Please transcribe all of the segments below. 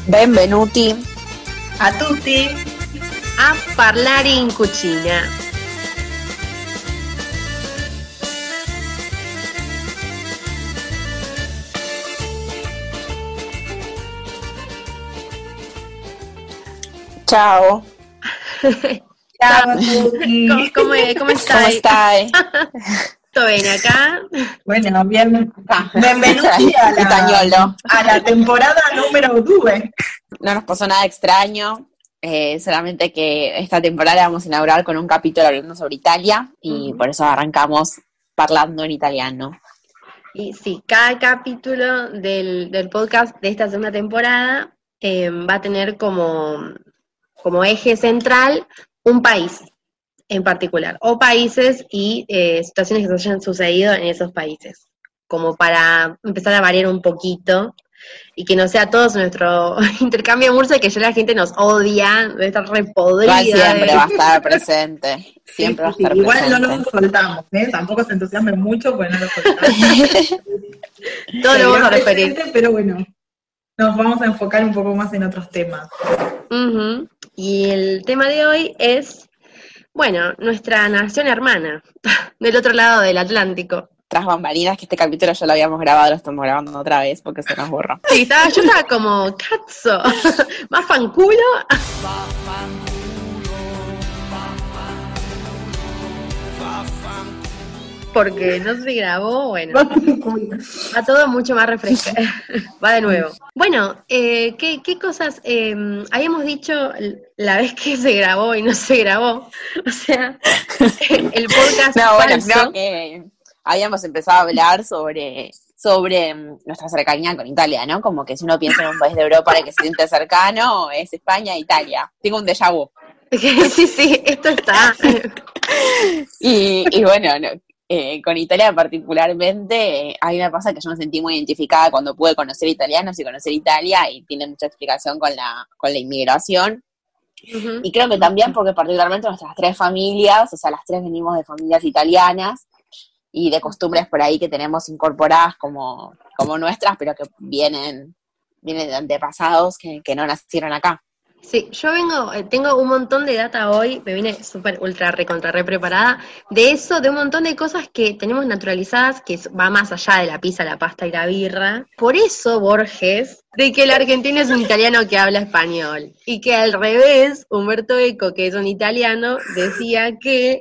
Benvenuti a tutti a parlare in cucina. Ciao. Ciao a tutti. ¿Cómo estáis? ¿Todo bien acá? Bueno, benvenuti a la temporada número 2. No nos pasó nada extraño, solamente que esta temporada vamos a inaugurar con un capítulo hablando sobre Italia y por eso arrancamos parlando en italiano. Y sí, cada capítulo del podcast de esta segunda temporada va a tener como eje central un país en particular, o países y situaciones que se hayan sucedido en esos países, como para empezar a variar un poquito y que no sea todo nuestro intercambio de Murcia, que ya la gente nos odia, debe estar repodrida. Igual siempre va a estar presente, siempre va a estar igual presente. Igual no lo soltamos, tampoco se entusiasmen mucho, pues no lo soltamos. Todo lo vamos a referir. Pero bueno, nos vamos a enfocar un poco más en otros temas. Uh-huh. Y el tema de hoy es, bueno, nuestra nación hermana, del otro lado del Atlántico. Tras bambalinas, que este capítulo ya lo habíamos grabado, lo estamos grabando otra vez porque se nos borró. Sí, yo estaba como, cazzo, más fanculo. Porque no se grabó, bueno, va todo mucho más refrescado. Va de nuevo. Bueno, ¿qué cosas habíamos dicho la vez que se grabó y no se grabó? O sea, el podcast no, bueno, falso. creo que habíamos empezado a hablar sobre nuestra cercanía con Italia, ¿no? Como que si uno piensa en un país de Europa al que se siente cercano, es España e Italia. Tengo un déjà vu. Sí, esto está. Y bueno, con Italia particularmente, a mí me pasa que yo me sentí muy identificada cuando pude conocer italianos y conocer Italia, y tiene mucha explicación con la inmigración. Uh-huh. Y creo que también porque particularmente nuestras tres familias, o sea, las tres venimos de familias italianas y de costumbres por ahí que tenemos incorporadas como nuestras, pero que vienen de antepasados que no nacieron acá. Sí, yo tengo un montón de data hoy, me vine súper ultra recontra re preparada, de eso, de un montón de cosas que tenemos naturalizadas, que va más allá de la pizza, la pasta y la birra. Por eso, Borges, de que el argentino es un italiano que habla español, y que al revés, Umberto Eco, que es un italiano, decía que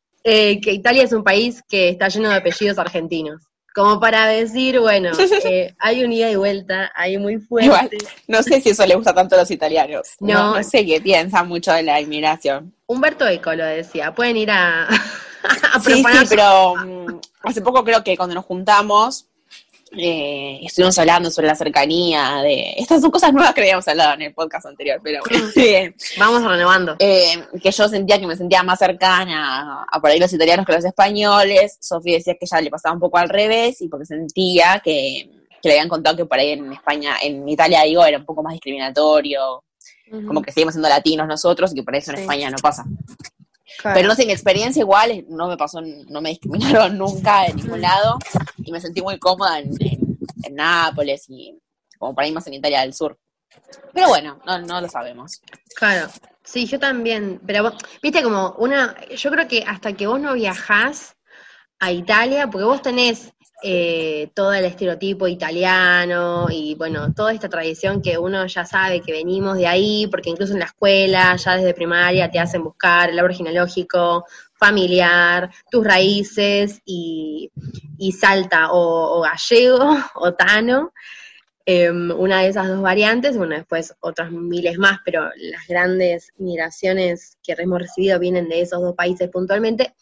Italia es un país que está lleno de apellidos argentinos. Como para decir, bueno, hay un ida y vuelta ahí muy fuerte. Igual, no sé si eso le gusta tanto a los italianos. No sé qué piensan mucho de la inmigración. Humberto Eco lo decía, pueden ir a sí, pero hace poco creo que cuando nos juntamos estuvimos hablando sobre la cercanía de... Estas son cosas nuevas que habíamos hablado en el podcast anterior, pero bien. Vamos renovando. Que yo sentía que me sentía más cercana a por ahí los italianos que los españoles. Sofía decía que ya le pasaba un poco al revés, y porque sentía que le habían contado que por ahí en España, en Italia digo, era un poco más discriminatorio, como que seguimos siendo latinos nosotros, y que por eso en España no pasa. Claro. Pero no sé, mi experiencia igual no me pasó, no me discriminaron nunca de ningún lado, y me sentí muy cómoda en Nápoles y como por ahí más en Italia del Sur. Pero bueno, no lo sabemos. Claro, sí, yo también, pero vos, viste como yo creo que hasta que vos no viajás a Italia, porque vos tenés todo el estereotipo italiano y bueno, toda esta tradición que uno ya sabe que venimos de ahí, porque incluso en la escuela, ya desde primaria te hacen buscar el árbol genealógico, familiar, tus raíces y salta o gallego o tano, una de esas dos variantes, bueno, después otras miles más, pero las grandes migraciones que hemos recibido vienen de esos dos países puntualmente.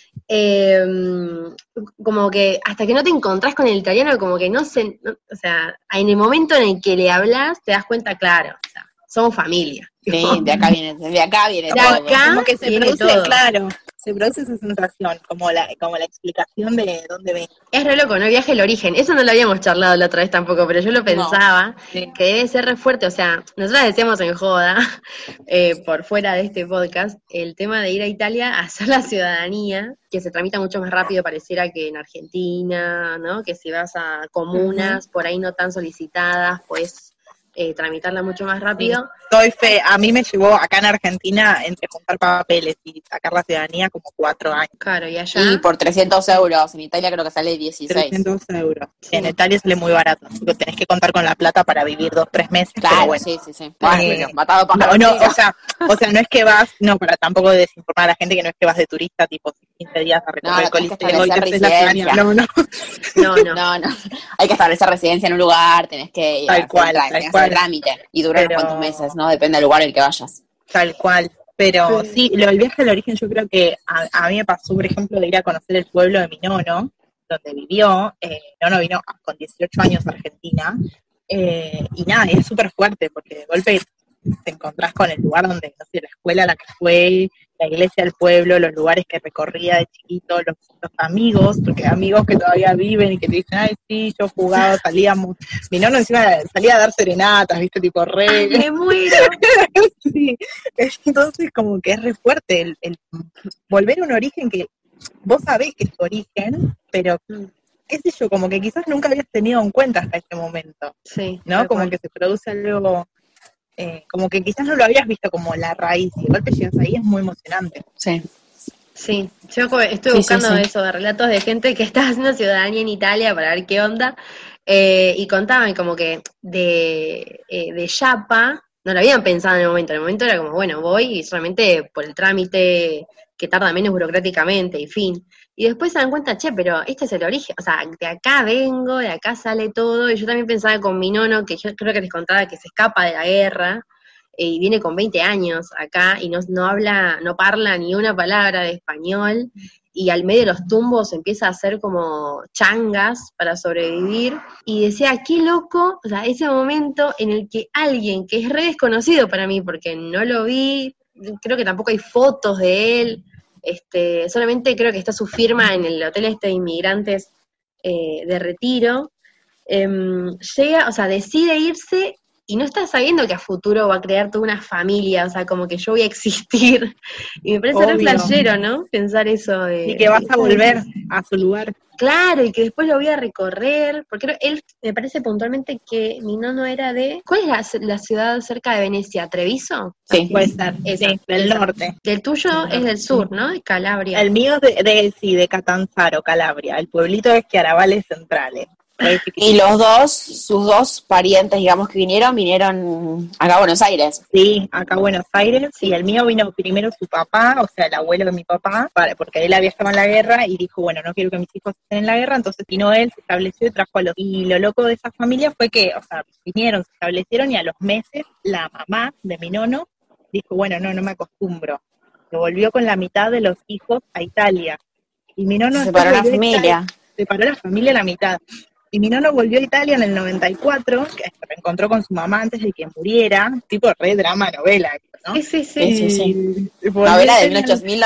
Como que hasta que no te encontrás con el italiano, como que o sea, en el momento en el que le hablas, te das cuenta, claro, o sea, somos familia. Sí, de acá viene todo. Como que se produce, todo. Claro, se produce esa sensación, como la explicación de dónde ven. Es re loco, ¿no? Viaje al origen. Eso no lo habíamos charlado la otra vez tampoco, pero yo lo pensaba, que debe ser re fuerte. O sea, nosotros decíamos en joda, por fuera de este podcast, el tema de ir a Italia a hacer la ciudadanía, que se tramita mucho más rápido, pareciera que en Argentina, ¿no? Que si vas a comunas, por ahí no tan solicitadas, pues tramitarla mucho más rápido. Doy fe, a mí me llevó acá en Argentina, entre juntar papeles y sacar la ciudadanía, como 4 años. Claro, y allá. Y por 300 euros, en Italia creo que sale 16. 300 euros. Sí. En Italia sale muy barato. Tenés que contar con la plata para vivir 2-3 meses. Claro, pero bueno. sí. Bueno, matado pájaro No, tiro. o sea, no es que vas, no, para tampoco desinformar a la gente, que no es que vas de turista tipo 15 días a recorrer el tenés que Coliseo y te haces la establecer ciudadanía. No. Hay que establecer residencia en un lugar, tenés que ir Tal cual, tenés que hacer el trámite. Y dura unos cuantos meses, ¿no? Depende del lugar en el que vayas. Tal cual. Pero sí, el viaje al origen, yo creo que a mí me pasó, por ejemplo, de ir a conocer el pueblo de mi nono, donde vivió. Nono vino con 18 años a Argentina. Y nada, es súper fuerte, porque de golpe te encontrás con el lugar donde, no sé, la escuela a la que fue, la iglesia del pueblo, los lugares que recorría de chiquito, los amigos, porque hay amigos que todavía viven y que te dicen, ay, sí, yo jugaba, salíamos. Mi nono encima salía a dar serenatas, viste, tipo re. Ay, me muero. Sí, entonces como que es re fuerte el volver a un origen que vos sabés que es tu origen, pero qué sé yo, como que quizás nunca habías tenido en cuenta hasta ese momento, Sí. ¿no? Como que se produce algo, como que quizás no lo habías visto como la raíz, y de golpe llegas ahí, es muy emocionante. Sí. Sí, yo estuve buscando eso, de relatos de gente que está haciendo ciudadanía en Italia para ver qué onda, y contaban como que de Yapa, no lo habían pensado en el momento era como, bueno, voy y solamente por el trámite que tarda menos burocráticamente y fin. Y después se dan cuenta, che, pero este es el origen, o sea, de acá vengo, de acá sale todo, y yo también pensaba con mi nono, que yo creo que les contaba que se escapa de la guerra, y viene con 20 años acá, y no parla ni una palabra de español, y al medio de los tumbos empieza a hacer como changas para sobrevivir, y decía, qué loco, o sea, ese momento en el que alguien que es re desconocido para mí, porque no lo vi, creo que tampoco hay fotos de él, solamente creo que está su firma en el hotel de inmigrantes de Retiro, llega, o sea, decide irse y no está sabiendo que a futuro va a crear toda una familia, o sea, como que yo voy a existir. Y me parece re flashero, ¿no? Pensar eso. Y que vas a volver a su lugar. Claro, y que después lo voy a recorrer, porque él, me parece puntualmente que mi nono era de... ¿Cuál es la ciudad cerca de Venecia? ¿Treviso? Sí, puede ser, esa, sí, del norte. Del tuyo es del sur, ¿no? De Calabria. El mío es de Catanzaro, Calabria. El pueblito es Chiaravales Centrales. Y sus dos parientes, digamos, que vinieron acá a Buenos Aires. Sí, acá a Buenos Aires. Y el mío vino primero su papá, o sea, el abuelo de mi papá, porque él había estado en la guerra y dijo, bueno, no quiero que mis hijos estén en la guerra, entonces vino él, se estableció y trajo a los... Y lo loco de esa familia fue que, o sea, vinieron, se establecieron y a los meses la mamá de mi nono dijo, bueno, no me acostumbro. Se volvió con la mitad de los hijos a Italia. Y mi nono... Se separó la familia. Separó la familia a la mitad. Y mi nono volvió a Italia en el 94, que se reencontró con su mamá antes de que muriera, tipo re drama novela, ¿no? Sí. Novela de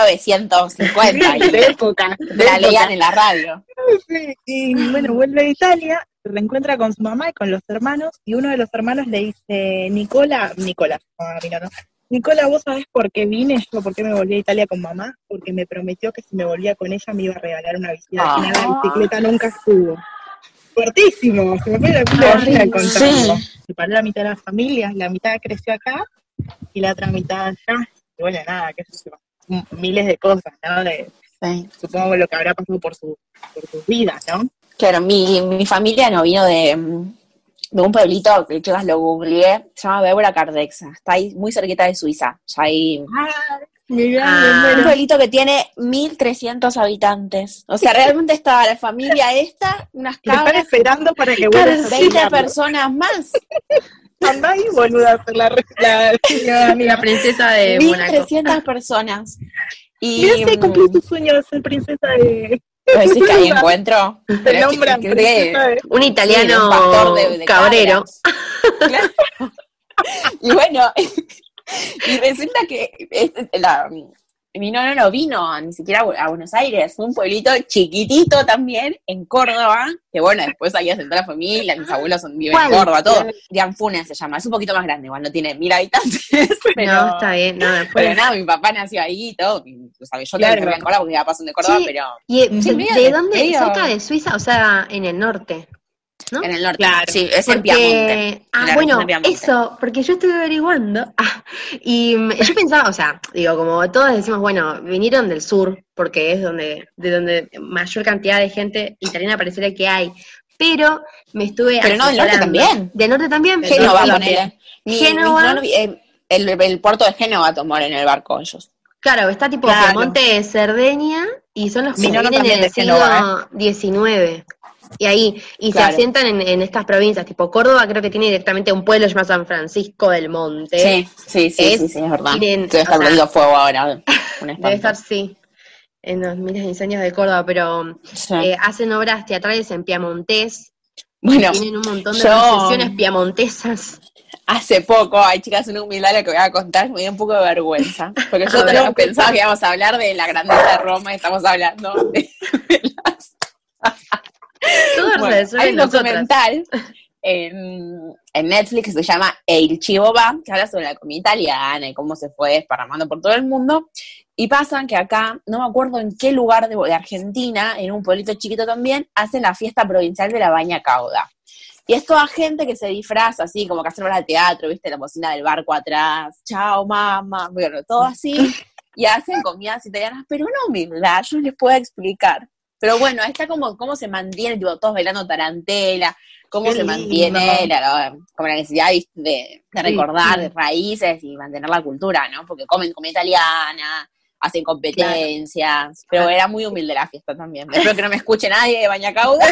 1950. De época. La leían en la radio. Sí, y bueno, vuelve a Italia, se reencuentra con su mamá y con los hermanos, y uno de los hermanos le dice, Nicola, mi nono, Nicola, ¿vos sabés por qué vine yo? ¿Por qué me volví a Italia con mamá? Porque me prometió que si me volvía con ella me iba a regalar una bicicleta, y la bicicleta nunca estuvo. Fuertísimo, se me fue la vida al contarlo. Se paró la mitad de la familia, la mitad creció acá y la otra mitad allá. Y bueno, nada, qué sé yo, miles de cosas, ¿no? Supongo lo que habrá pasado por sus vidas, ¿no? Claro, mi familia no vino de un pueblito, que chicas lo googleé, se llama Bébora Cardexa, está ahí muy cerquita de Suiza, ya ahí... un pueblito que tiene 1.300 habitantes. O sea, realmente estaba la familia unas cabras. Están esperando para que vuelvas 20 personas más. Andá ahí, boluda, a ser la princesa de Mónaco. 1.300 personas. Y mira si cumplí tu sueño de ser princesa de... ¿Decís que ahí encuentro? Te nombran un italiano un pastor de cabrero. Claro. Y bueno... Y resulta que mi nono no vino ni siquiera a Buenos Aires, fue un pueblito chiquitito también, en Córdoba, que bueno, después ahí asentó la familia, mis abuelos viven en Córdoba, todo. Dianfunes se llama, es un poquito más grande, igual no tiene 1.000 habitantes. Pero, no, está bien, no, después... Pero nada, mi papá nació ahí y todo, o sea, yo claro, en Córdoba porque iba pasando de Córdoba, sí, pero... ¿Y de dónde? Cerca de Suiza, o sea, en el norte. ¿no? En el norte, Claro. sí, es en Piamonte. En la bueno, región de Piamonte. eso, porque yo estuve averiguando, yo pensaba, o sea, digo, como todos decimos, bueno, vinieron del sur, porque es de donde mayor cantidad de gente italiana pareciera que hay, pero me estuve Pero no, del norte asesorando. también. ¿Del norte también? Génova, norte ponele. Génova. El puerto de Génova tomaron en el barco ellos. Claro, está tipo Claro. Piemonte, Cerdeña, y son los que Mi nono vienen en también el de Génova, siglo XIX. Y ahí, y Claro. se asientan en estas provincias, tipo Córdoba creo que tiene directamente un pueblo llamado San Francisco del Monte. Sí, Es- es verdad. tienen, Debe estar o sea, prendiendo fuego ahora. Un Debe espanto. estar, sí, en los miles de incendios de Córdoba, pero Sí. hacen obras teatrales en piamontés, Bueno, tienen un montón de yo- procesiones piamontesas. hace poco, ay chicas, una humildad la que voy a contar, me dio un poco de vergüenza. Porque yo A ver. también pensaba que íbamos a hablar de la grandeza de Roma y estamos hablando de las... Todo se Bueno, resuelve hay en un nosotras. documental en Netflix que se llama El Chivo Va, que habla sobre la comida italiana y cómo se fue desparramando por todo el mundo. Y pasa que acá, no me acuerdo en qué lugar de Argentina, en un pueblito chiquito también, hacen la fiesta provincial de la Baña Cauda. Y es toda gente que se disfraza así, como que hacen obras de teatro, viste, la bocina del barco atrás, chao mamá, bueno, todo así, y hacen comidas italianas, pero una humildad, yo no les puedo explicar. Pero bueno, está como cómo se mantiene, tipo, todos bailando tarantela, cómo Qué se lindo. mantiene como la necesidad de recordar sí. de raíces y mantener la cultura, ¿no? Porque comen comida italiana, hacen competencias, pero era muy humilde la fiesta también. Espero que no me escuche nadie de Bañacauda,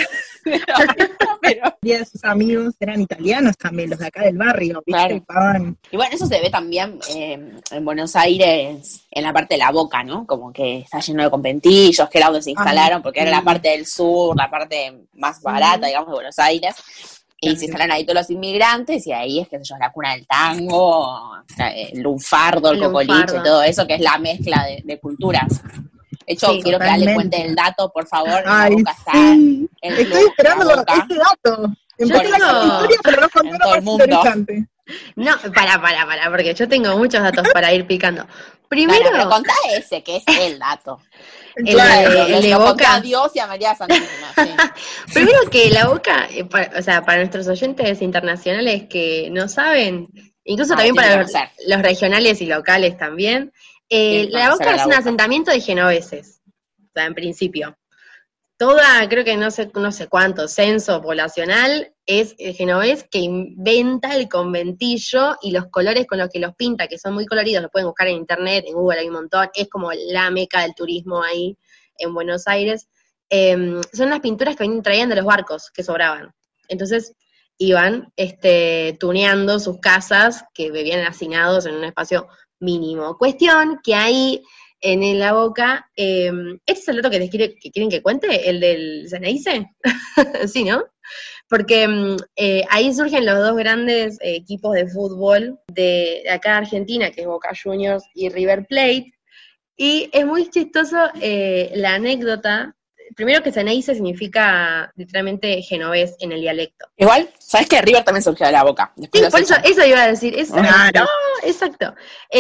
pero Día de sus amigos eran italianos también, los de acá del barrio, ¿viste? Claro. Y pagaban. y bueno, eso se ve también en Buenos Aires, en la parte de la Boca, ¿no? Como que está lleno de conventillos, que era donde se instalaron, porque era la parte del sur, la parte más barata, digamos, de Buenos Aires. Y se instalan ahí todos los inmigrantes, y ahí es, qué sé yo, la cuna del tango, el lunfardo, el El cocoliche, lunfardo. todo eso, que es la mezcla de culturas. De hecho, Sí, quiero que Ale totalmente. cuente el dato, por favor. En Ay, la Boca está sí. el Estoy club, esperando la Boca. ese dato. Empecé tengo- la historia, pero no en conté todo lo el más mundo. interesante. No, para, porque yo tengo muchos datos para ir picando. No, Primero, no, pero contá ese, que es el dato. el Claro. de- el de Lo contó Boca. a Dios y a María Santísima, sí. primero que la Boca, o sea, para nuestros oyentes internacionales que no saben, incluso también tienen para que conocer. los regionales y locales también, Tienen que la conocer Boca a es la un Boca. asentamiento de genoveses, o sea, en principio. Toda, creo que no sé cuánto, censo poblacional es el genovés que inventa el conventillo y los colores con los que los pinta, que son muy coloridos, lo pueden buscar en internet, en Google hay un montón, es como la meca del turismo ahí en Buenos Aires. Son las pinturas que traían de los barcos que sobraban. Entonces iban tuneando sus casas que vivían hacinados en un espacio mínimo. Cuestión que ahí en la Boca, ¿este es el dato que quieren que cuente? ¿El del Ceneice? Sí, ¿no? Porque ahí surgen los dos grandes equipos de fútbol de acá de Argentina, que es Boca Juniors y River Plate, y es muy chistoso la anécdota. Primero que Ceneice significa literalmente genovés en el dialecto. Igual, ¿sabes que River también surgió de la Boca? Después Sí, lo por eso, echan. eso iba a decir. Eso, Claro. exacto.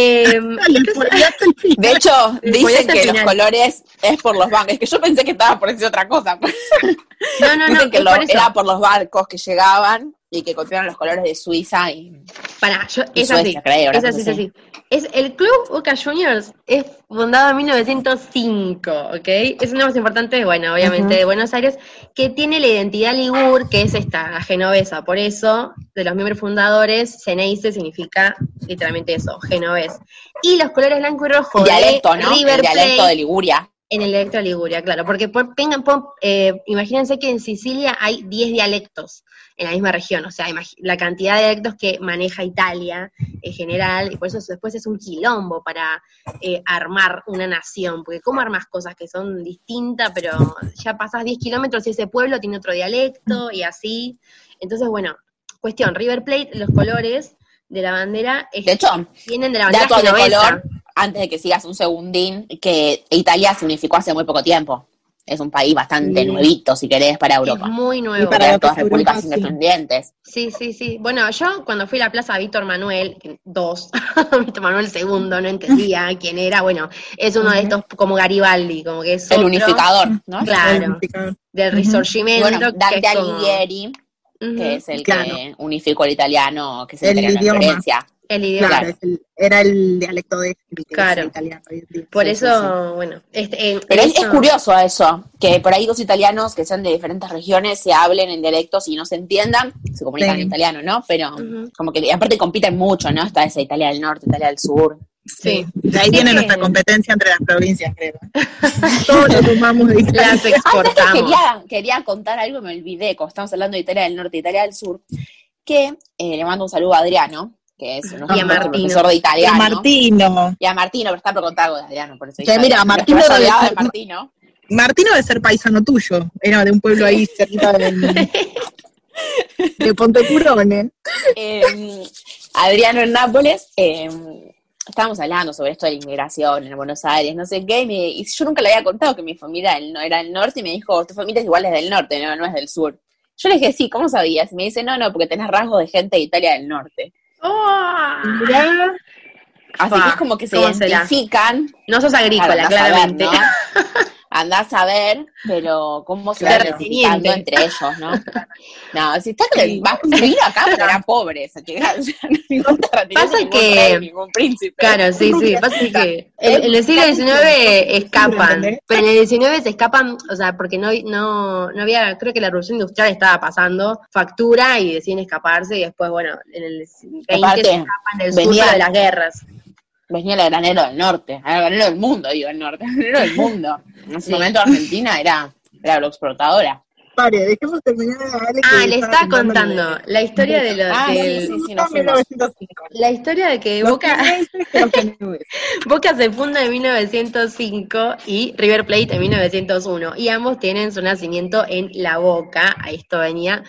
Le spoileaste el final. De hecho, dicen Spoileaste que el los final. colores es por los barcos. Es que yo pensé que estaba por decir otra cosa. No, Dicen que es por eso. era por los barcos que llegaban y que copiaron los colores de Suiza y Pará, y es así. Suecia, creo. Es así, es así. El Club Boca Juniors es fundado en 1905, ¿ok? Es una más importante, bueno, obviamente, de Buenos Aires, que tiene la identidad ligur, que es esta genovesa. Por eso, de los miembros fundadores, Ceneice significa literalmente eso, genovés. Y los colores blanco y rojo dialecto, de ¿no? River El dialecto Plate, de Liguria. en el dialecto de Liguria, claro, porque imagínense que en Sicilia hay 10 dialectos en la misma región, o sea, la cantidad de dialectos que maneja Italia en general, y por eso después es un quilombo para armar una nación, porque ¿cómo armas cosas que son distintas, pero ya pasás 10 kilómetros y ese pueblo tiene otro dialecto, y así? Entonces, bueno, cuestión, River Plate, los colores de la bandera De hecho, vienen de la bandera datos de genovesa. color, antes de que sigas un segundín, que Italia se unificó hace muy poco tiempo. Es un país bastante nuevito, si querés, para Europa. Es muy nuevo. Y para Eran lo que todas es repúblicas Europa, sí. independientes. Sí. Bueno, yo cuando fui a la Plaza Víctor Manuel, Víctor Manuel II, no entendía quién era. Bueno, es uno de estos como Garibaldi, como que es El otro unificador, ¿no? Claro. El unificador. del Ujú. Risorgimento. Y bueno, que Dante es como- Alighieri que es el Claro. que unificó el italiano, que se El entera en idioma. Florencia. El idioma. Claro, era el dialecto de Claro. italiano. Por Sí, eso, sí, bueno. Pero es curioso eso, que por ahí dos italianos que sean de diferentes regiones se hablen en dialectos y no se entiendan, se comunican Sí. en italiano, ¿no? Pero Ujú. como que aparte compiten mucho, ¿no? Está esa Italia del norte, Italia del sur. Sí. De ahí Sí, viene que nuestra competencia entre las provincias, creo. Todos lo tomamos de Italia. las ¿Sabes qué? exportamos. Quería contar algo y me olvidé, como estamos hablando de Italia del norte y Italia del sur, que le mando un saludo a Adriano, que es nuestro Y a Martino. profesor de Y a italiano. Martino. Y a Martino, pero está por contar algo de Adriano, por eso Que mira, Martino nuestro debe aliado ser- de Martino. Martino debe ser paisano tuyo. Era de un pueblo ahí cerquita de Pontecurone. Adriano en Nápoles, estábamos hablando sobre esto de la inmigración en Buenos Aires, no sé qué, y yo nunca le había contado que mi familia era del norte, y me dijo, tu familia es igual es del norte, no es del sur. Yo le dije, sí, ¿cómo sabías? Y me dice, no, porque tenés rasgos de gente de Italia del norte. ¡Oh! Mirá, Así que es como que se ¿Cómo será? identifican. No sos agrícola, Claro, andás a ver, claramente. ¿no? Andás a ver, pero cómo se Claro, van identificando teniente. entre ellos, ¿no? No, si está que Sí. vas a vivir acá porque era pobre, se te no te retirás Pasa ningún que- rey, ningún príncipe. Claro, sí. Pasa que en el siglo XIX escapan, ¿entendés? pero en el XIX se escapan, o sea, porque no había, creo que la revolución industrial estaba pasando factura y deciden escaparse y después, bueno, en el 20 Aparte, se escapan del sur venía- pero de las guerras. Venía el granero del norte, el granero del mundo, digo, el norte, el granero del mundo. En ese Sí. momento Argentina era agroexportadora. pare, dejemos terminar a Ale. Ah, que le estaba estaba contando contando la historia de lo Ah, del- sí, nos fuimos. 1905. la historia de que Los Boca geneses, los geneses. Boca se funda en 1905 y River Plate en 1901 y ambos tienen su nacimiento en La Boca. A esto venía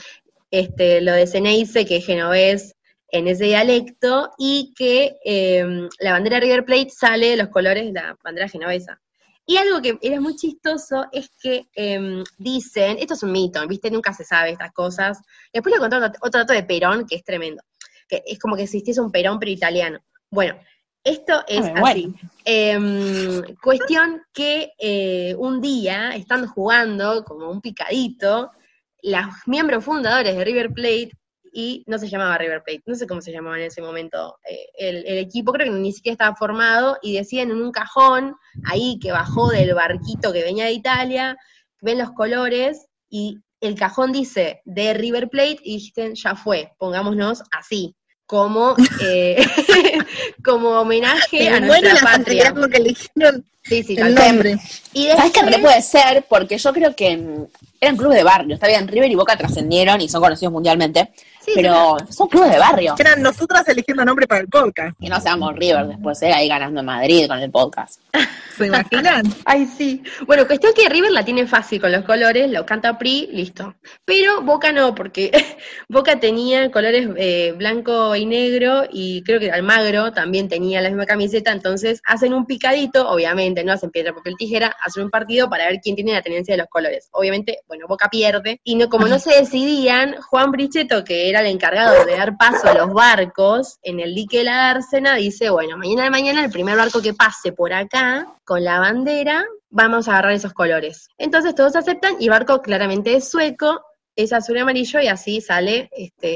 lo de Ceneice, que es genovés en ese dialecto, y que la bandera de River Plate sale de los colores de la bandera genovesa. Y algo que era muy chistoso es que dicen, esto es un mito, ¿viste? Nunca se sabe estas cosas. Después le conté otro dato de Perón, que es tremendo, que es como que existiese un Perón pero italiano. Bueno, esto es Ah, así. bueno. Cuestión que un día, estando jugando como un picadito, los miembros fundadores de River Plate, y no se llamaba River Plate, no sé cómo se llamaba en ese momento el equipo, creo que ni siquiera estaba formado, y decían en un cajón, ahí que bajó del barquito que venía de Italia, ven los colores, y el cajón dice de River Plate, y dijiste, ya fue, pongámonos así, como, como homenaje a Bueno, nuestra la patria. facilidad con que eligieron Sí, el tal cual. nombre. Y ¿Sabes qué? después- Puede ser, porque yo creo que eran clubes de barrio. Está bien, River y Boca trascendieron y son conocidos mundialmente, Sí, pero son clubes de barrio. Eran nosotras eligiendo nombre para el podcast. Y no seamos River después, ahí ganando en Madrid con el podcast. ¿Se imaginan? Ay, sí. Bueno, cuestión que River la tiene fácil con los colores, lo canta PRI, listo. Pero Boca no, porque Boca tenía colores blanco y negro, y creo que Almagro también tenía la misma camiseta, entonces hacen un picadito, obviamente, no hacen piedra, papel, tijera, hacen un partido para ver quién tiene la tenencia de los colores. Obviamente, bueno, Boca pierde, y como no se decidían, Juan Brichetto, que era el encargado de dar paso a los barcos en el dique de la Dársena, dice, bueno, mañana el primer barco que pase por acá, con la bandera, vamos a agarrar esos colores. Entonces todos aceptan, y el barco claramente es sueco, es azul y amarillo, y así sale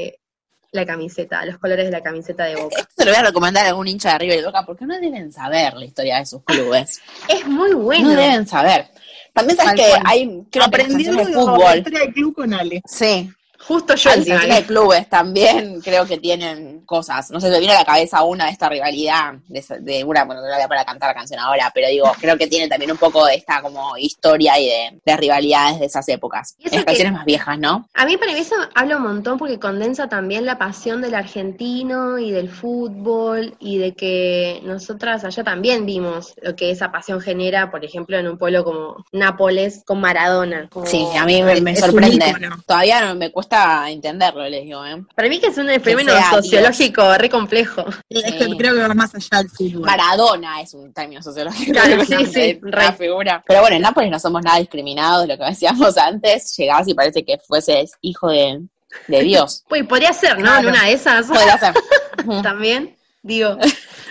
la camiseta, los colores de la camiseta de Boca. Esto se lo voy a recomendar a algún hincha de River y Boca porque no deben saber la historia de sus clubes. Es muy bueno. No deben saber. También sabes Tal que cual. hay, creo que las Aprendiendo canciones de la fútbol. historia del club con Ale. Sí. Justo yo Hay encima, canciones de clubes también, creo que tienen cosas. No sé, me viene a la cabeza una de esta rivalidad, de una, bueno, no la voy a para cantar la canción ahora, pero digo, creo que tiene también un poco de esta como historia y de rivalidades de esas épocas. Y eso Las que- canciones más viejas, ¿no? A mí para mí eso habla un montón porque condensa también la pasión del argentino y del fútbol, y de que nosotras allá también vimos lo que esa pasión genera, por ejemplo, en un pueblo como Nápoles con Maradona. Como- Sí, a mí me es un sorprende. ícono. Todavía no me cuesta entenderlo, les digo, ¿eh? Para mí que es un fenómeno sea sociológico re complejo. Es que creo que va más allá del fútbol. Maradona es un término sociológico. Claro, sí, sí, Una figura. Pero bueno, en Nápoles no somos nada discriminados, lo que decíamos antes, llegás y parece que fueses hijo de Dios. Pues podría ser, ¿no? Claro. En una de esas Podría ser. también, digo.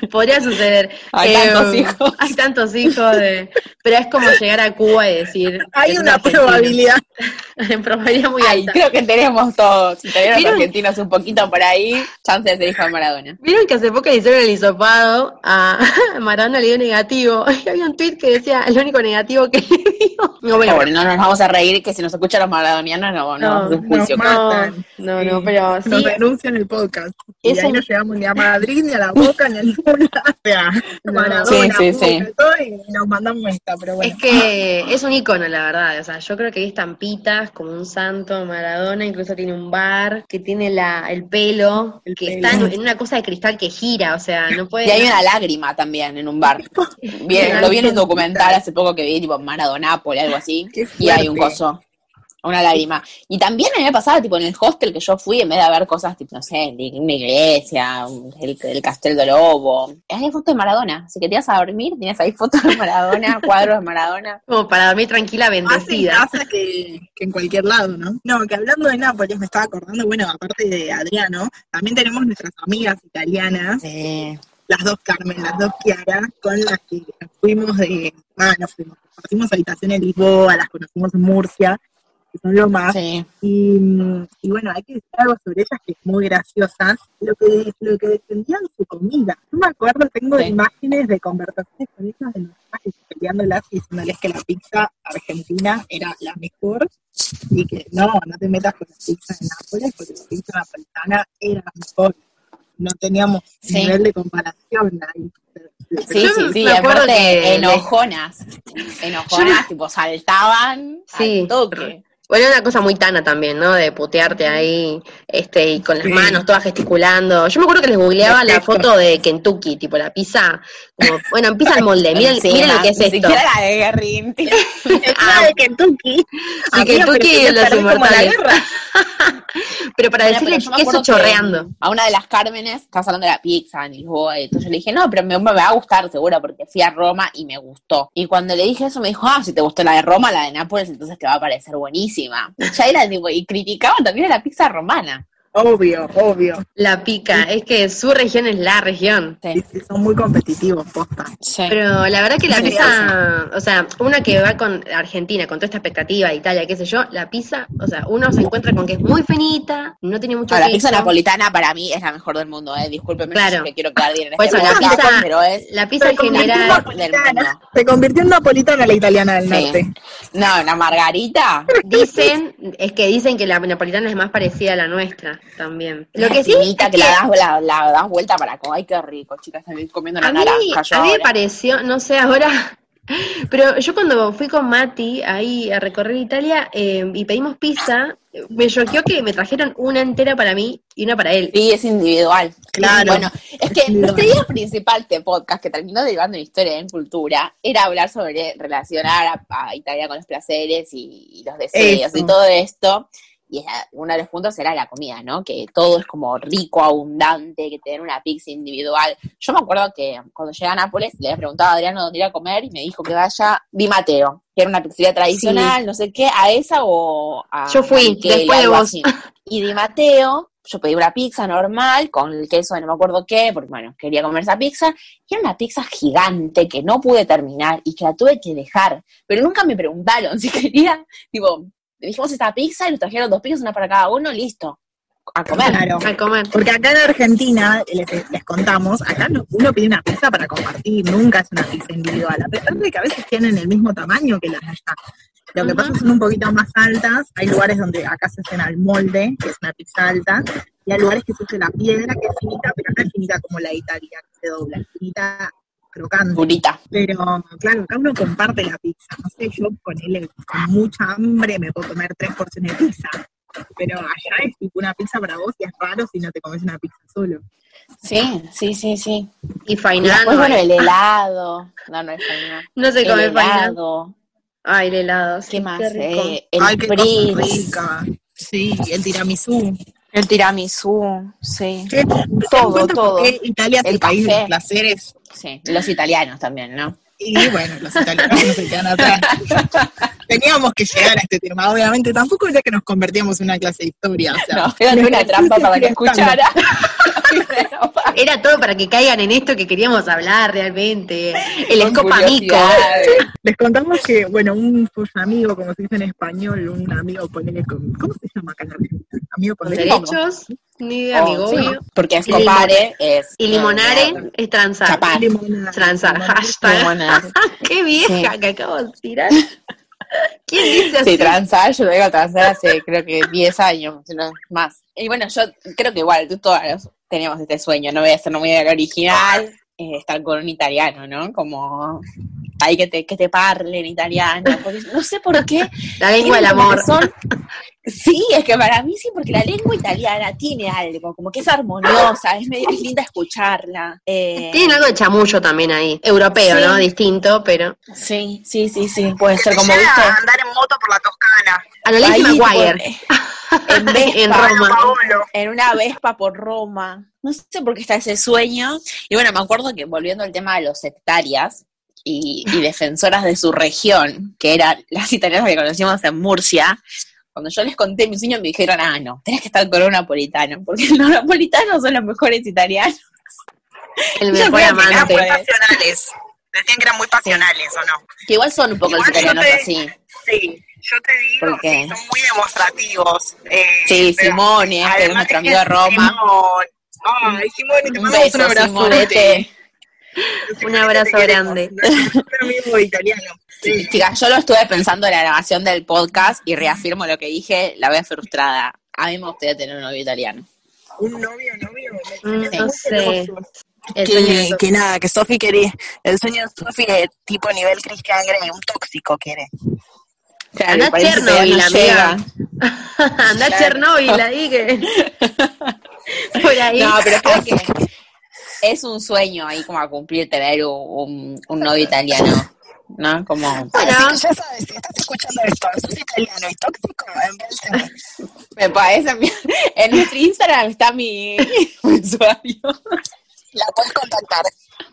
Podría suceder. Hay tantos hijos. Hay tantos hijos, pero es como llegar a Cuba y decir... Hay una probabilidad. Probabilidad muy Ay, alta. creo que tenemos todos, si tenemos ¿Vieron? argentinos un poquito por ahí, chance de ser hijo de Maradona. ¿Vieron que hace poco le hicieron el hisopado a Maradona, le dio negativo? Y había un tuit que decía, el único negativo que le dio. No, bueno, Bueno, no nos vamos a reír, que si nos escuchan los maradonianos no vamos a hacer un juicio. nos matan. no, pero sí. Nos denuncian el podcast. Y Es ahí un- no llegamos ni a Madrid, ni a la Boca, ni a ninguna. O sea, Maradona, Sí, Boca, sí. todo, y nos mandamos esta, pero bueno. Es que es un ícono, la verdad. O sea, yo creo que hay estampitas como un santo Maradona, incluso tiene un bar, que tiene el pelo, El que pelo. está en una cosa de cristal que gira, o sea, no puede... Y hay una lágrima también en un bar. Lo vi en un documental hace poco que vi, tipo Maradonápolis, algo así, Qué y hay un fuerte. coso, una lágrima. Y también a mí me pasaba, tipo, en el hostel que yo fui, en vez de ver cosas, tipo, no sé, de una iglesia, el Castel de Lobo, hay fotos de Maradona. Si que te ibas a dormir, tienes ahí fotos de Maradona, cuadros de Maradona. Como para dormir tranquila, Más en bendecida. casa que en cualquier lado, ¿no? No, que hablando de Nápoles me estaba acordando, bueno, aparte de Adriano, también tenemos nuestras amigas italianas, las dos Carmen, las dos Chiara, con las que compartimos habitación en Lisboa, las conocimos en Murcia, que son lo más. Sí. Y bueno, hay que decir algo sobre ellas que es muy graciosa, lo que defendían su comida. Yo me acuerdo, tengo Sí. imágenes de conversaciones con ellas de nosotras peleándolas y diciéndoles que la pizza argentina era la mejor y que no te metas con la pizza de Nápoles porque la pizza napolitana era la mejor. No teníamos Sí. nivel de comparación ahí. Sí, Yo sí, me acuerdo aparte que- enojonas, tipo saltaban Sí. al toque. Bueno, una cosa muy tana también, ¿no? De putearte ahí, y con las Sí. manos todas gesticulando. Yo me acuerdo que les googleaba la Perfecto. foto de Kentucky, tipo la pizza, como, bueno, empieza el molde, miren Encima, lo que es ni esto. siquiera la de Guerrín. Encima de Kentucky. Amiga, Kentucky pero los perdí como la inmortales. guerra. Pero para Bueno, decirle pero yo me queso acuerdo que chorreando. a una de las Cármenes, estabas hablando de la pizza en Lisboa, y entonces yo le dije, no, pero me va a gustar seguro, porque fui a Roma y me gustó. Y cuando le dije eso, me dijo, si te gustó la de Roma, la de Nápoles, entonces te va a parecer buenísima. Ya era tipo, y criticaban también a la pizza romana. Obvio. La pica, es que su región es la región. Sí, son muy competitivos, posta. Sí. Pero la verdad que la Sí, pizza, o sea, una que va con Argentina, con toda esta expectativa de Italia, qué sé yo, la pizza, o sea, uno se encuentra con que es muy finita, no tiene mucho La queso. pizza napolitana para mí es la mejor del mundo, discúlpeme, Claro. yo que quiero quedar bien en Por este eso, la podcast, pizza- pero es La pizza en Pero con la general, mejor del mundo. Se convirtió en napolitana la italiana del Sí. norte. No, una margarita. dicen que la napolitana es más parecida a la nuestra también. Lo que sí Finita, es que la das vuelta para comer. Ay, qué rico, chicas, estoy comiendo una a mí, naranja yo a mí me ahora. pareció, no sé ahora, pero yo cuando fui con Mati ahí a recorrer Italia y pedimos pizza, me choqueó que me trajeron una entera para mí y una para él. Sí, es individual. Claro. Bueno, es que Individual. nuestra idea principal de este podcast, que terminó derivando en historia y en cultura, era hablar sobre relacionar a Italia con los placeres y los deseos Eso. y todo esto. Y uno de los puntos era la comida, ¿no? Que todo es como rico, abundante, que tener una pizza individual. Yo me acuerdo que cuando llegué a Nápoles le había preguntado a Adriano dónde ir a comer y me dijo que vaya Di Matteo, que era una pizzería tradicional, no sé qué, a esa o a Yo fui, Michele, después de algo vos. así. Y Di Matteo, yo pedí una pizza normal con el queso de no me acuerdo qué, porque bueno, quería comer esa pizza, y era una pizza gigante que no pude terminar y que la tuve que dejar. Pero nunca me preguntaron si quería, tipo, dijimos esta pizza y nos trajeron 2 pizzas, una para cada uno, listo, a comer. Claro. A comer. Porque acá en Argentina, les contamos, acá uno pide una pizza para compartir, nunca es una pizza individual, a pesar de que a veces tienen el mismo tamaño que las de allá. Lo que pasa es que son un poquito más altas, hay lugares donde acá se hacen al molde, que es una pizza alta, y hay lugares que se hace la piedra, que es finita, pero no es finita como la de Italia, que se dobla, es finita, crocante. Durita. Pero claro, acá uno comparte la pizza, no sé, yo con mucha hambre me puedo comer 3 porciones de pizza. Pero allá es tipo una pizza para vos y es raro si no te comes una pizza solo. Sí. Y Y fainano. después, bueno, el helado. No es fainano. No se come El fainano. helado. Ay, el helado. Sí, ¿Qué más? qué rico. El Ay, qué cosa Prince. rica. Sí, el tiramisú. El tiramisú, sí. ¿Qué? Todo, todo. Porque Italia es El el país de café. los placeres. Sí, los italianos también, ¿no? Y bueno, los italianos no se quedan atrás. Teníamos que llegar a este tema, obviamente. Tampoco era que nos convertíamos en una clase de historia. O sea, No, era una trampa para que escuchara. Era todo para que caigan en esto que queríamos hablar realmente. El escopamico. Les contamos que, bueno, un amigo, como se dice en español, un amigo, ponele con, ¿cómo se llama acá en Argentina? Amigo Con con derechos, ni idea, amigo. Sí, Obvio. porque escopare es... Y limonare es transar. Chapar. Transar, hashtag. Limonar. Qué vieja Sí. que acabo de tirar. ¿Quién dice así? Sí, transar, yo lo digo transar hace creo que 10 años, si no más. Y bueno, yo creo que igual, todos teníamos este sueño, no voy a ser muy original, estar con un italiano, ¿no? Como ahí que te parle en italiano, porque no sé por qué. La lengua del tienen como amor. que son- Sí, es que para mí sí, porque la lengua italiana tiene algo, como que es armoniosa, es linda escucharla. Tienen algo de chamullo también ahí. Europeo, Sí. ¿no? Distinto, pero... Sí, puede ser como, llega ¿viste? a andar en moto por la Toscana. Annalise Ahí, Maguire. tipo, en Vespa, En Roma. Paolo. en una Vespa por Roma. No sé por qué está ese sueño. Y bueno, me acuerdo que volviendo al tema de los sectarias y defensoras de su región, que eran las italianas que conocimos en Murcia, cuando yo les conté mi sueño me dijeron, no, tenés que estar con un napolitano, porque los napolitanos son los mejores italianos. El Yo mejor creo que Eran muy amante. pasionales. Decían que eran muy pasionales, ¿o no? Que igual son un poco los Igual yo italianos te- así. Sí, yo te digo, ¿Por qué? sí, son muy demostrativos. Sí, pero Simone, que es además nuestro de amigo de Roma. Simón. Ay, Simone, te Un mandamos un beso, abrazo. Simonete. Un abrazo grande. Un amigo italiano. Sí. Chicas, yo lo estuve pensando en la grabación del podcast y reafirmo lo que dije, la vez frustrada. A mí me gustaría tener un novio italiano. Un novio. No sé. El sueño de Que nada, que Sofi quería, el sueño de Sofi es tipo nivel Christian Grey, un tóxico quiere. Claro, Andá a parece que Chernobyl, no amiga. llega. Andá a Claro. Chernobyl ahí que... Por ahí. No, pero creo que es un sueño ahí como a cumplir tener un novio italiano, ¿no? Como... Bueno. Así que ya sabes, si estás escuchando esto, sos italiano y tóxico, envíaseme. Me parece, en nuestro Instagram está mi usuario. La puedes contactar.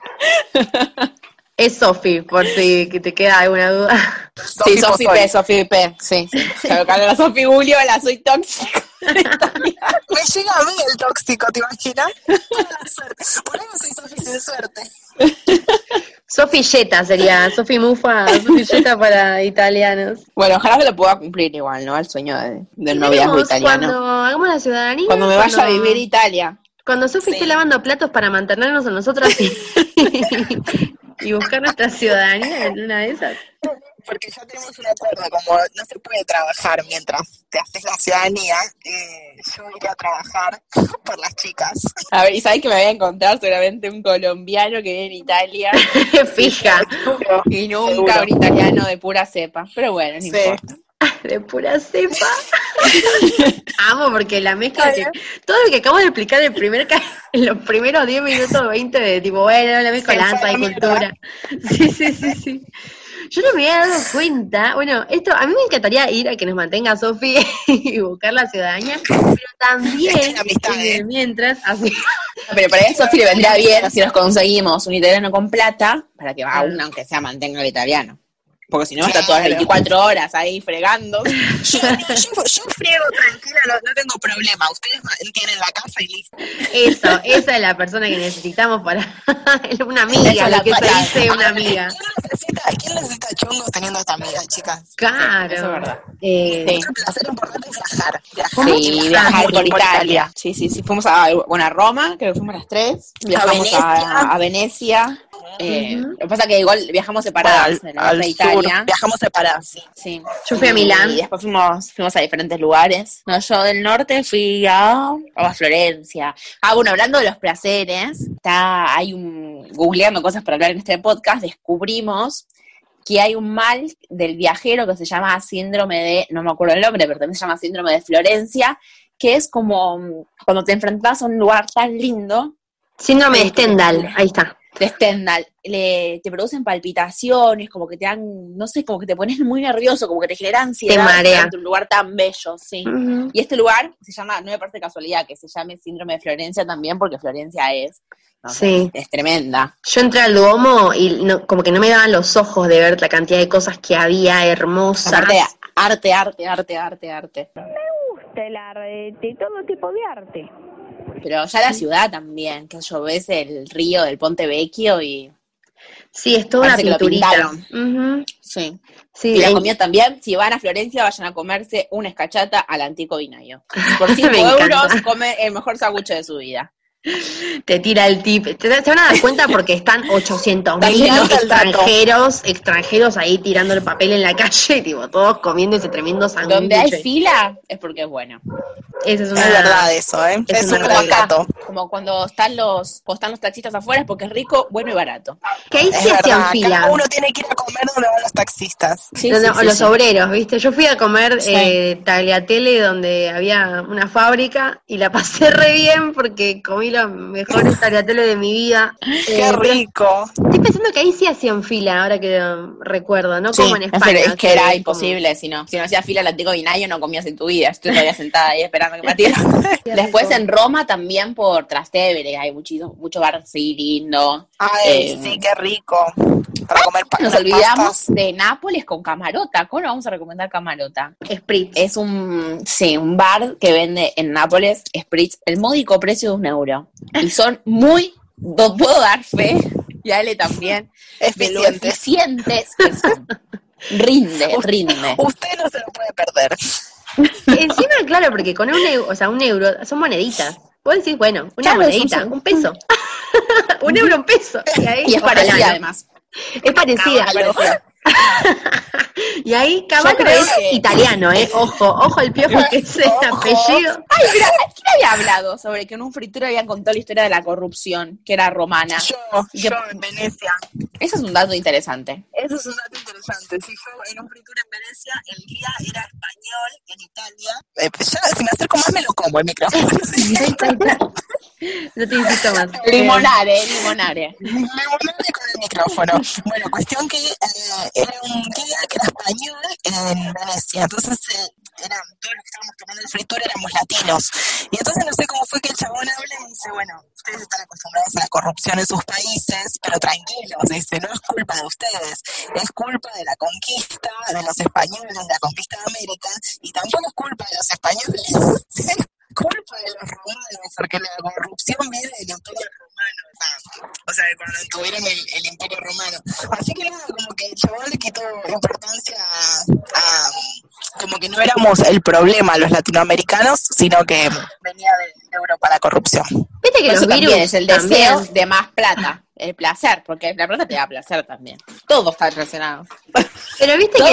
Es Sofi, por si que te queda alguna duda. Sí, Sofi P, sí. Claro, cuando la Sofi Julio la soy tóxica. Me llega a mí el tóxico, ¿te imaginas? Mala suerte. Por eso soy Sofi sin suerte. Sofi Jetta sería, Sofi Mufa, Sofi Jetta para italianos. Bueno, ojalá que lo pueda cumplir igual, ¿no? El sueño del noviazgo Veremos italiano. cuando hagamos la ciudadanía. Cuando me vaya a vivir a Italia. Cuando Sofi esté lavando platos para mantenernos a nosotras y buscar nuestra ciudadanía en una de esas. Porque ya tenemos un acuerdo, como no se puede trabajar mientras te haces la ciudadanía, yo iré a trabajar por las chicas. A ver, y sabes que me voy a encontrar seguramente un colombiano que vive en Italia Fija, y nunca Seguro. un italiano de pura cepa. Pero bueno, no Sí. importa. de pura cepa. Amo porque la mezcla que todo lo que acabo de explicar en los primeros 10 minutos, 20 de tipo, bueno, la mezcolanza y cultura. Sí. Yo no me había dado cuenta, bueno, esto a mí me encantaría ir a que nos mantenga Sofi y buscar la ciudadanía, pero también Es la amistad, mientras así. Pero para eso sí le vendría bien si nos conseguimos un italiano con plata para que aún, aunque sea, mantenga el italiano. Porque si no, está todas las 24 horas ahí fregando. Yo friego tranquila, no tengo problema. Ustedes tienen la casa y listo. Eso, esa es la persona que necesitamos para una amiga, Esa es lo la que se palabra. dice una amiga. ¿Quién necesita chongos teniendo esta amiga, chicas? Claro. Eso es verdad. Eh, Sí. Un placer importante es viajar. Sí, viajar por mucho Italia. Sí, fuimos a Roma, creo que fuimos las 3. Viajamos a Venecia. Lo que pasa es que igual viajamos separadas de la otra Italia. Viajamos separadas, sí. Sí. Yo fui a Milán. Y después fuimos a diferentes lugares. No, yo del norte fui a Florencia. Bueno, hablando de los placeres, googleando cosas para hablar en este podcast, descubrimos que hay un mal del viajero que se llama síndrome de, no me acuerdo el nombre, pero también se llama síndrome de Florencia, que es como cuando te enfrentas a un lugar tan lindo. Síndrome de Stendhal, ahí está. De Stendhal, te producen palpitaciones, como que te dan, no sé, como que te pones muy nervioso, como que te genera ansiedad. Te marea. ante un lugar tan bello, sí. Uh-huh. Y este lugar se llama, no me parece casualidad que se llame síndrome de Florencia también, porque Florencia es, no sé, Sí. es tremenda. Yo entré al Duomo y como que no me daban los ojos de ver la cantidad de cosas que había hermosas. Aparte, arte. gusta el arte, todo tipo de arte. Pero ya la ciudad también, que yo ves el río del Ponte Vecchio y Sí, es toda una parece que lo pinturita. pintaron. Ujú. Sí. Sí, Y la comida también, si van a Florencia, vayan a comerse una escachata al Antico Vinaio. Por 5 Me euros encanta. come el mejor sangucho de su vida. te tira el tip. Se van a dar cuenta porque están 800.000 Me encanta el dato. extranjeros ahí tirando el papel en la calle, y tipo, todos comiendo ese tremendo Donde hay sándwich. fila es porque es bueno. Esa es una... Es verdad eso, ¿eh? Es Es una un Como gran realidad. acá, dato. como cuando están los taxistas afuera es porque es rico, bueno y barato. Que ahí Es sí hacían verdad, fila. cada uno tiene que ir a comer donde van los taxistas. Sí, Donde- sí, o sí, los sí. obreros, ¿viste? Yo fui a comer Sí. tagliatelle donde había una fábrica y la pasé re bien porque comí los mejores tagliatelle de mi vida. ¡Qué Pero rico! estoy pensando que ahí sí hacían fila, ahora que recuerdo, no como Sí, en España. es que era es como- imposible, si no hacías fila al Antico Vinaio no comías en tu vida, estoy todavía sentada ahí esperando que me atiendan. Qué Después rico. en Roma también por Trastevere hay mucho bar así lindo. Ay, sí, qué rico. Para comer Nos unas olvidamos pastas. de Nápoles con Camarota. ¿Cómo le vamos a recomendar Camarota? Spritz. Es un bar que vende en Nápoles Spritz el módico precio de €1. Y son puedo dar fe, y a Ale también, de lo Eficientes. eficientes que son. Rinde. Usted no se lo puede perder. Encima, claro, porque con un euro son moneditas. Vos decís, bueno, una Claro, monedita, son- un peso. Un euro, un peso. Y, ahí, Y es ojalá, parecida ¿no? además. Es parecida. Parecida. Y ahí Caballo creo es que- italiano, ¿eh? Ojo el piojo, que es el Ojo. apellido. Ay, mira, ¿quién había hablado sobre que en un frituro habían contado la historia de la corrupción, que era romana? Yo en Venecia. Eso es un dato interesante. Eso es un dato interesante. Si yo en un fritura en Venecia, el guía era español en Italia. Pues ya, si me acerco más me lo como el micrófono. Ahí está. No te insisto más. Limonare. Limonade con el micrófono. Bueno, cuestión que era un guía que era español en Venecia. Entonces, todos los que estábamos tomando el fritura éramos latinos. Y entonces no sé cómo fue que el chabón habla y dice, bueno, ustedes están acostumbrados a la corrupción en sus países, pero tranquilos, dice, no es culpa de ustedes, es culpa de la conquista de los españoles, de la conquista de América, y tampoco es culpa de los españoles, es culpa de los romanos, porque la corrupción viene del Imperio Romano, o sea, cuando tuvieron el Imperio Romano. Así que nada, como que el chabón le quitó importancia a como que no éramos el problema los latinoamericanos, sino que venía de Europa la corrupción. Viste que Por los eso también virus es el también. deseo de más plata, el placer, porque la plata te da placer también. Todo está relacionado. Pero viste Todo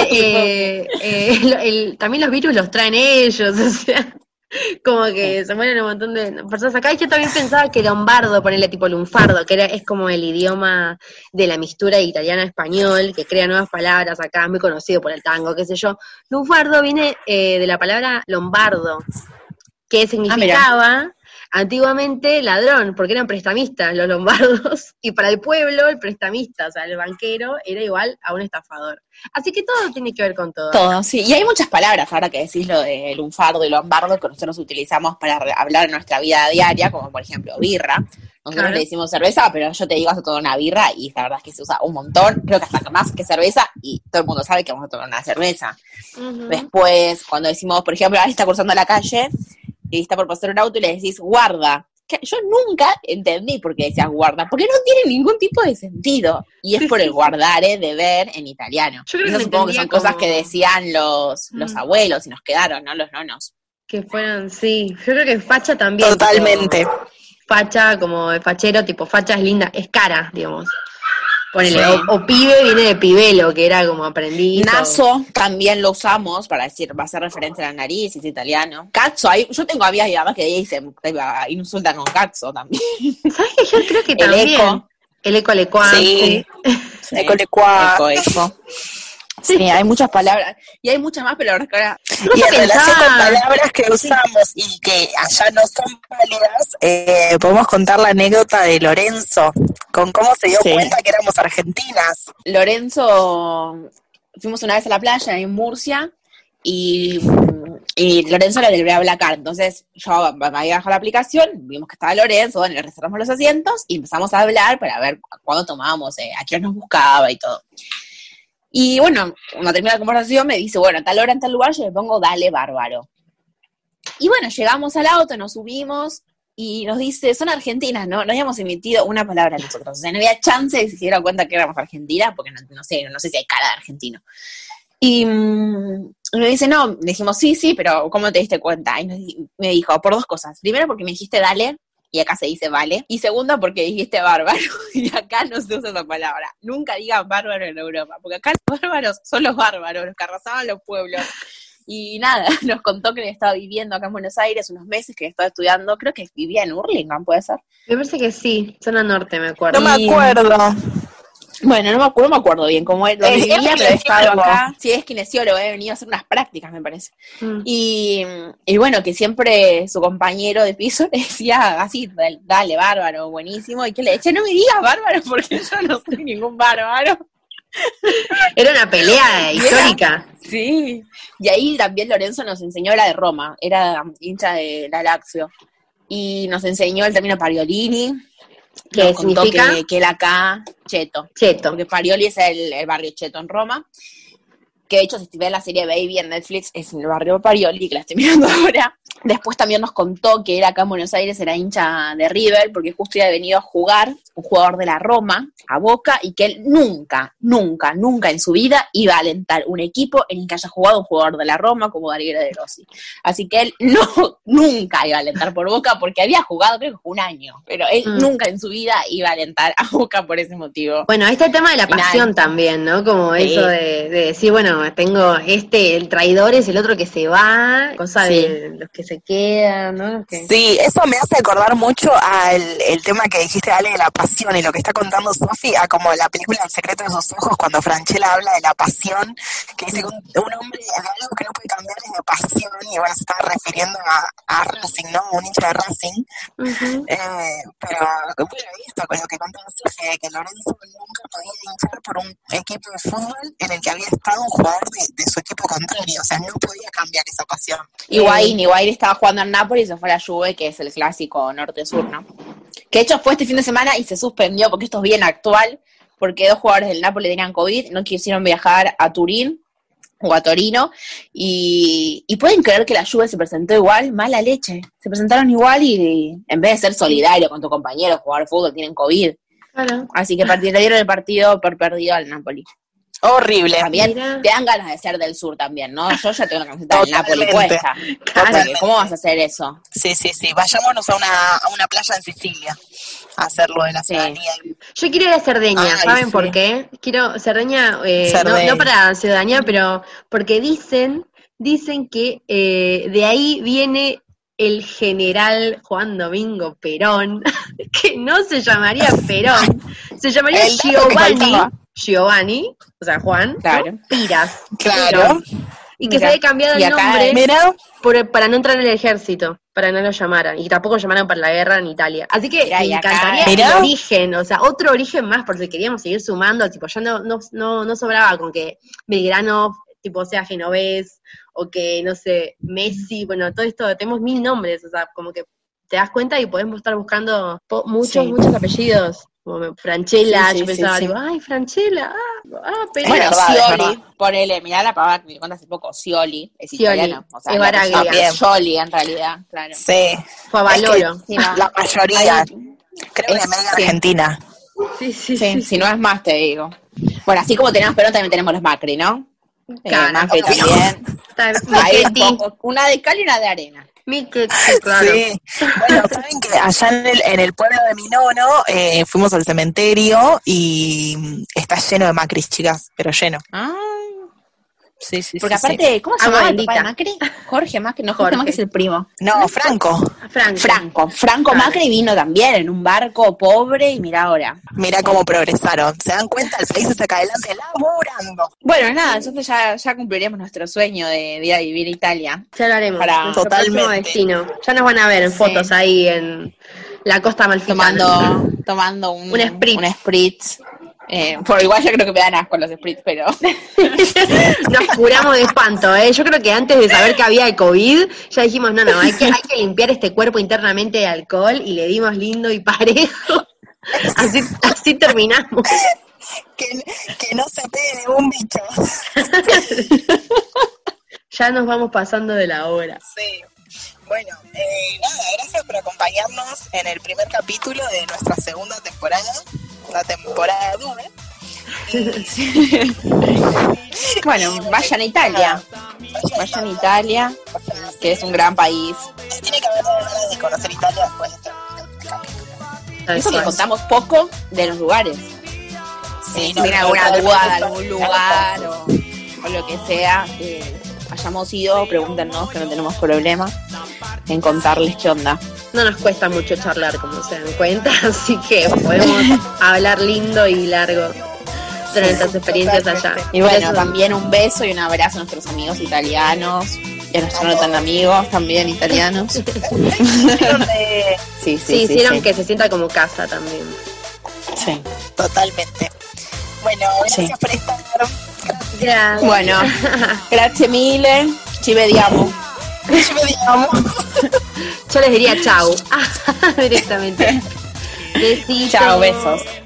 que también los virus los traen ellos, o sea, como que se mueren un montón de personas acá. Y yo también pensaba que lombardo, ponerle tipo lunfardo, que es como el idioma de la mixtura italiano-español, que crea nuevas palabras acá, muy conocido por el tango, qué sé yo. Lunfardo viene de la palabra lombardo, que significaba antiguamente ladrón, porque eran prestamistas los lombardos, y para el pueblo el prestamista, o sea, el banquero, era igual a un estafador. Así que todo tiene que ver con todo. Todo, sí. Y hay muchas palabras, ahora que decís lo de lunfardo y lombardo, que nosotros utilizamos para hablar en nuestra vida diaria, como por ejemplo birra. Nosotros Claro. le decimos cerveza, pero yo te digo, vas a tomar una birra, y la verdad es que se usa un montón, creo que hasta más que cerveza, y todo el mundo sabe que vamos a tomar una cerveza. Ujú. Después, cuando decimos, por ejemplo, alguien está cruzando la calle y está por pasar un auto y le decís guarda. Que yo nunca entendí por qué decías guarda, porque no tiene ningún tipo de sentido. Y es por el guardare de ver en italiano. Yo creo Y eso que supongo que son entendía cosas como- que decían los abuelos y nos quedaron, ¿no? Los nonos. Que fueron, sí. Yo creo que facha también. Totalmente. Tipo, facha, como de fachero, tipo facha es linda, es cara, digamos. Ponele, Sí. o pibe viene de pibelo, que era como aprendiz. Naso también lo usamos para decir, va a ser referencia a la nariz, es italiano. Cazzo, yo tengo amigas y mamás que dicen, insultan con cazzo también. ¿Sabes qué? Yo creo que El también. eco. El eco lecuán. Sí. Sí. Ecolecuá. Eco. Sí, hay muchas palabras. Y hay muchas más, pero la verdad es que ahora Y en pensar. relación con palabras que usamos y que allá no son válidas, podemos contar la anécdota de Lorenzo, con cómo se dio Sí. cuenta que éramos argentinas. Lorenzo, fuimos una vez a la playa en Murcia y Lorenzo era del BlaBlaCar, entonces yo me había bajado la aplicación, vimos que estaba Lorenzo, bueno, le reservamos los asientos y empezamos a hablar para ver cuándo tomábamos, a quién nos buscaba y todo. Y bueno, cuando termina la conversación me dice, bueno, a tal hora en tal lugar yo le pongo dale bárbaro. Y bueno, llegamos al auto, nos subimos y nos dice, son argentinas, ¿no? No habíamos emitido una palabra nosotros, o sea, no había chance de que se diera cuenta que éramos argentinas, porque no sé si hay cara de argentino. Y me dice, no, le dijimos, sí, pero ¿cómo te diste cuenta? Y me dijo, por dos cosas. Primero, porque me dijiste dale, y acá se dice vale. Y segundo, porque dijiste bárbaro, y acá no se usa esa palabra. Nunca digan bárbaro en Europa, porque acá los bárbaros son los bárbaros, los que arrasaban los pueblos. Y nada, nos contó que estaba viviendo acá en Buenos Aires unos meses, que estaba estudiando, creo que vivía en Hurlingham, ¿puede ser? Me parece que sí, zona norte, me acuerdo. No me acuerdo. Bueno, no me acuerdo bien cómo es, dónde vivía, pero he estado acá. Sí, es kinesiólogo, he venido a hacer unas prácticas, me parece. Y bueno, que siempre su compañero de piso le decía así, dale, bárbaro, buenísimo, y que le decía, no me digas bárbaro, porque yo no soy ningún bárbaro. Era una pelea histórica. Sí, y ahí también Lorenzo nos enseñó la de Roma, era hincha de la Lazio, y nos enseñó el término Pariolini. ¿Qué significa? Que él acá, cheto. Porque Parioli es el barrio cheto en Roma. Que de hecho, si ves la serie Baby en Netflix, es en el barrio Parioli, que la estoy mirando ahora. Después también nos contó que él acá en Buenos Aires era hincha de River, porque justo había venido a jugar un jugador de la Roma a Boca, y que él nunca en su vida iba a alentar un equipo en el que haya jugado un jugador de la Roma como Daniele De Rossi. Así que él nunca iba a alentar por Boca, porque había jugado, creo que fue un año, pero él nunca en su vida iba a alentar a Boca por ese motivo. Bueno, ahí está el tema de la pasión también, ¿no? Como sí. Eso de decir, bueno, tengo el traidor es el otro que se va, cosa de los que se quedan, ¿no? Sí, eso me hace acordar mucho al el tema que dijiste, Ale, de la pasión, y lo que está contando Sofi, a como la película El secreto de sus ojos, cuando Franchella habla de la pasión, que dice que un hombre, algo que no puede cambiar es de pasión, y bueno, se estaba refiriendo a Racing, ¿no? Un hincha de Racing. Pero bueno, esto con lo que contaba Sofi, que Lorenzo nunca podía hinchar por un equipo de fútbol en el que había estado un jugador de su equipo contrario, o sea, no podía cambiar esa pasión. Higuaín estaba jugando en Nápoles y se fue a la Juve, que es el clásico norte-sur, ¿no? Que de hecho fue este fin de semana y se suspendió, porque esto es bien actual, porque 2 jugadores del Nápoles tenían COVID, no quisieron viajar a Turín o a Torino, y pueden creer que la Juve se presentó igual, mala leche, se presentaron igual y en vez de ser solidario con tu compañero, jugar fútbol, tienen COVID. Claro. Así que le dieron el partido por perdido al Napoli. Horrible. También te dan ganas de ser del sur también, ¿no? Yo ya tengo una camiseta del Napoli puesta. ¿Cómo vas a hacer eso? Sí. Vayámonos a una playa en Sicilia a hacerlo de la ciudadanía. Yo quiero ir a Cerdeña, ¿saben por qué? Quiero Cerdeña, no para ciudadanía, pero porque dicen que de ahí viene el general Juan Domingo Perón, que no se llamaría Perón, se llamaría Giovanni, o sea, Juan, claro. ¿No? Piras. Claro. Y que se había cambiado el nombre para no entrar en el ejército, para no lo llamaran. Y tampoco llamaran para la guerra en Italia. Así que me encantaría el origen, o sea, otro origen más, porque queríamos seguir sumando, tipo, ya no sobraba con que Belgrano, tipo, sea genovés, o que, no sé, Messi, bueno, todo esto, tenemos 1000 nombres, o sea, como que te das cuenta y podemos estar buscando muchos apellidos. Como Franchella, yo pensaba, digo, ay, Franchella, pero bueno, Scioli, ponele, mirá la pavada que me contaste hace poco, Scioli, es italiano, o sea, es Scioli en realidad, claro. Sí. Favaloro. Es que, la mayoría, creo que es medio argentina. Sí, si no es más, te digo. Bueno, así como tenemos Perón, también tenemos los Macri, ¿no? Claro, Macri también. Hay una de cal y una de arena. Claro. Sí, bueno, saben que allá en el pueblo de mi nono fuimos al cementerio y está lleno de Macris, chicas, pero lleno. Sí. Porque aparte, ¿cómo se llama el papá de Macri? Jorge Macri, no, Jorge Macri es el primo. No, Franco Macri vino también en un barco pobre y mira ahora. Mira cómo progresaron, se dan cuenta, el país se saca adelante laburando. Bueno, nada, nosotros ya cumpliremos nuestro sueño de ir a vivir a Italia. Ya lo haremos, nuestro próximo destino. Ya nos van a ver en fotos ahí en la costa amalfitana. Tomando un spritz. Por igual yo creo que me dan asco los spritz, pero nos curamos de espanto, Yo creo que antes de saber que había el COVID, ya dijimos, no, hay que limpiar este cuerpo internamente de alcohol, y le dimos lindo y parejo. Así terminamos. Que no se pegue un bicho. Ya nos vamos pasando de la hora. Sí. Bueno, nada, gracias por acompañarnos en el primer capítulo de nuestra segunda temporada, la temporada dura. Bueno, vayan a Italia. Vayan a Italia, que es un gran país. Tiene que haber ganas de conocer Italia después de este capítulo. Eso que contamos poco de los lugares. Sí, Si tienen alguna duda de algún lugar o lo que sea, hayamos ido, pregúntenos, que no tenemos problema en contarles qué onda. No nos cuesta mucho charlar, como se dan cuenta, así que podemos hablar lindo y largo de nuestras experiencias allá. Y bueno, también un beso y un abrazo a nuestros amigos italianos, y a nuestros no tan amigos también italianos. Sí, hicieron que se sienta como casa también. Sí. Totalmente. Bueno, gracias por estar. Gracias. Bueno, grazie mille, ci vediamo. Yo les diría chau. Directamente. Besitos. Chao, besos.